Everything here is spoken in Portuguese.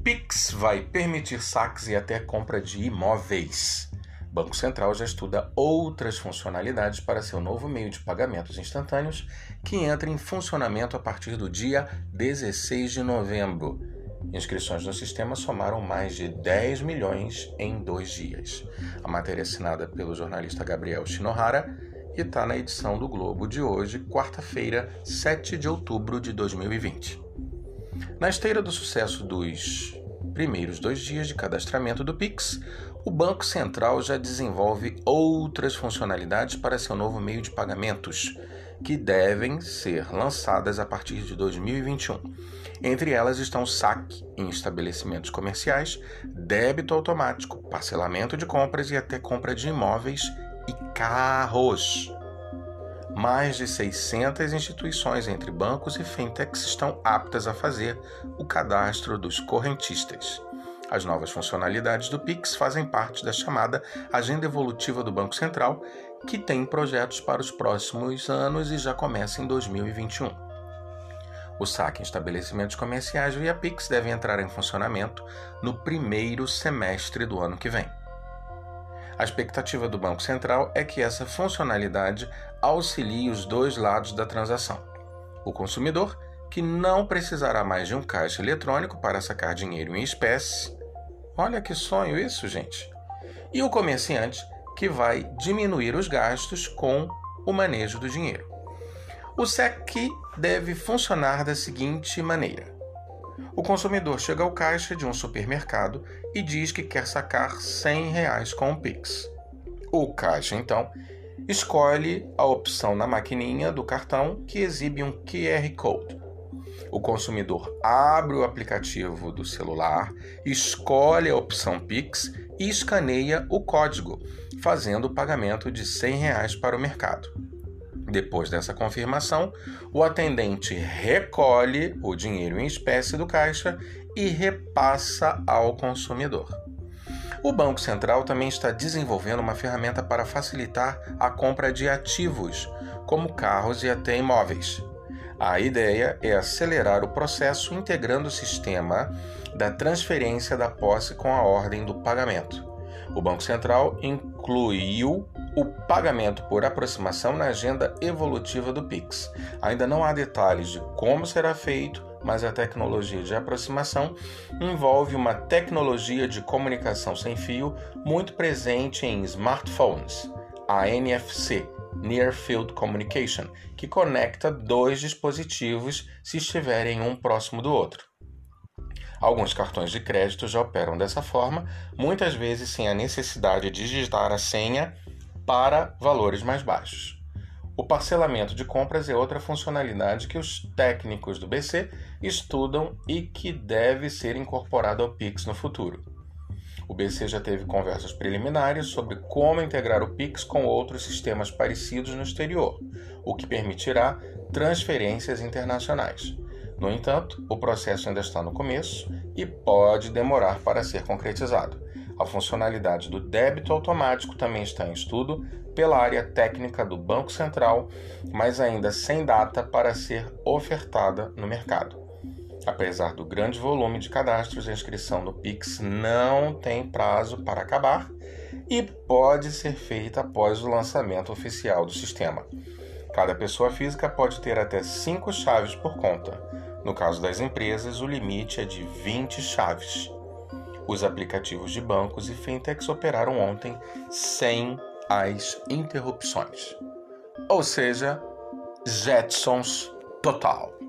Pix vai permitir saques e até compra de imóveis. Banco Central já estuda outras funcionalidades para seu novo meio de pagamentos instantâneos, que entra em funcionamento a partir do dia 16 de novembro. Inscrições no sistema somaram mais de 10 milhões em 2 dias. A matéria é assinada pelo jornalista Gabriel Shinohara e está na edição do Globo de hoje, quarta-feira, 7 de outubro de 2020. Na esteira do sucesso dos primeiros 2 dias de cadastramento do Pix, o Banco Central já desenvolve outras funcionalidades para seu novo meio de pagamentos, que devem ser lançadas a partir de 2021. Entre elas estão saque em estabelecimentos comerciais, débito automático, parcelamento de compras e até compra de imóveis e carros. Mais de 600 instituições entre bancos e fintechs estão aptas a fazer o cadastro dos correntistas. As novas funcionalidades do Pix fazem parte da chamada Agenda Evolutiva do Banco Central, que tem projetos para os próximos anos e já começa em 2021. O saque em estabelecimentos comerciais via Pix deve entrar em funcionamento no primeiro semestre do ano que vem. A expectativa do Banco Central é que essa funcionalidade auxilie os dois lados da transação. O consumidor, que não precisará mais de um caixa eletrônico para sacar dinheiro em espécie. Olha que sonho isso, gente! E o comerciante, que vai diminuir os gastos com o manejo do dinheiro. O saque deve funcionar da seguinte maneira. O consumidor chega ao caixa de um supermercado e diz que quer sacar R$100 com o Pix. O caixa, então, escolhe a opção na maquininha do cartão que exibe um QR Code. O consumidor abre o aplicativo do celular, escolhe a opção Pix e escaneia o código, fazendo o pagamento de R$100 para o mercado. Depois dessa confirmação, o atendente recolhe o dinheiro em espécie do caixa e repassa ao consumidor. O Banco Central também está desenvolvendo uma ferramenta para facilitar a compra de ativos, como carros e até imóveis. A ideia é acelerar o processo integrando o sistema da transferência da posse com a ordem do pagamento. O Banco Central incluiu o pagamento por aproximação na agenda evolutiva do Pix. Ainda não há detalhes de como será feito, mas a tecnologia de aproximação envolve uma tecnologia de comunicação sem fio muito presente em smartphones, a NFC, Near Field Communication, que conecta 2 dispositivos se estiverem um próximo do outro. Alguns cartões de crédito já operam dessa forma, muitas vezes sem a necessidade de digitar a senha para valores mais baixos. O parcelamento de compras é outra funcionalidade que os técnicos do BC estudam e que deve ser incorporado ao Pix no futuro. O BC já teve conversas preliminares sobre como integrar o Pix com outros sistemas parecidos no exterior, o que permitirá transferências internacionais. No entanto, o processo ainda está no começo e pode demorar para ser concretizado. A funcionalidade do débito automático também está em estudo pela área técnica do Banco Central, mas ainda sem data para ser ofertada no mercado. Apesar do grande volume de cadastros, a inscrição no Pix não tem prazo para acabar e pode ser feita após o lançamento oficial do sistema. Cada pessoa física pode ter até 5 chaves por conta. No caso das empresas, o limite é de 20 chaves. Os aplicativos de bancos e fintechs operaram ontem sem as interrupções. Ou seja, Jetsons total.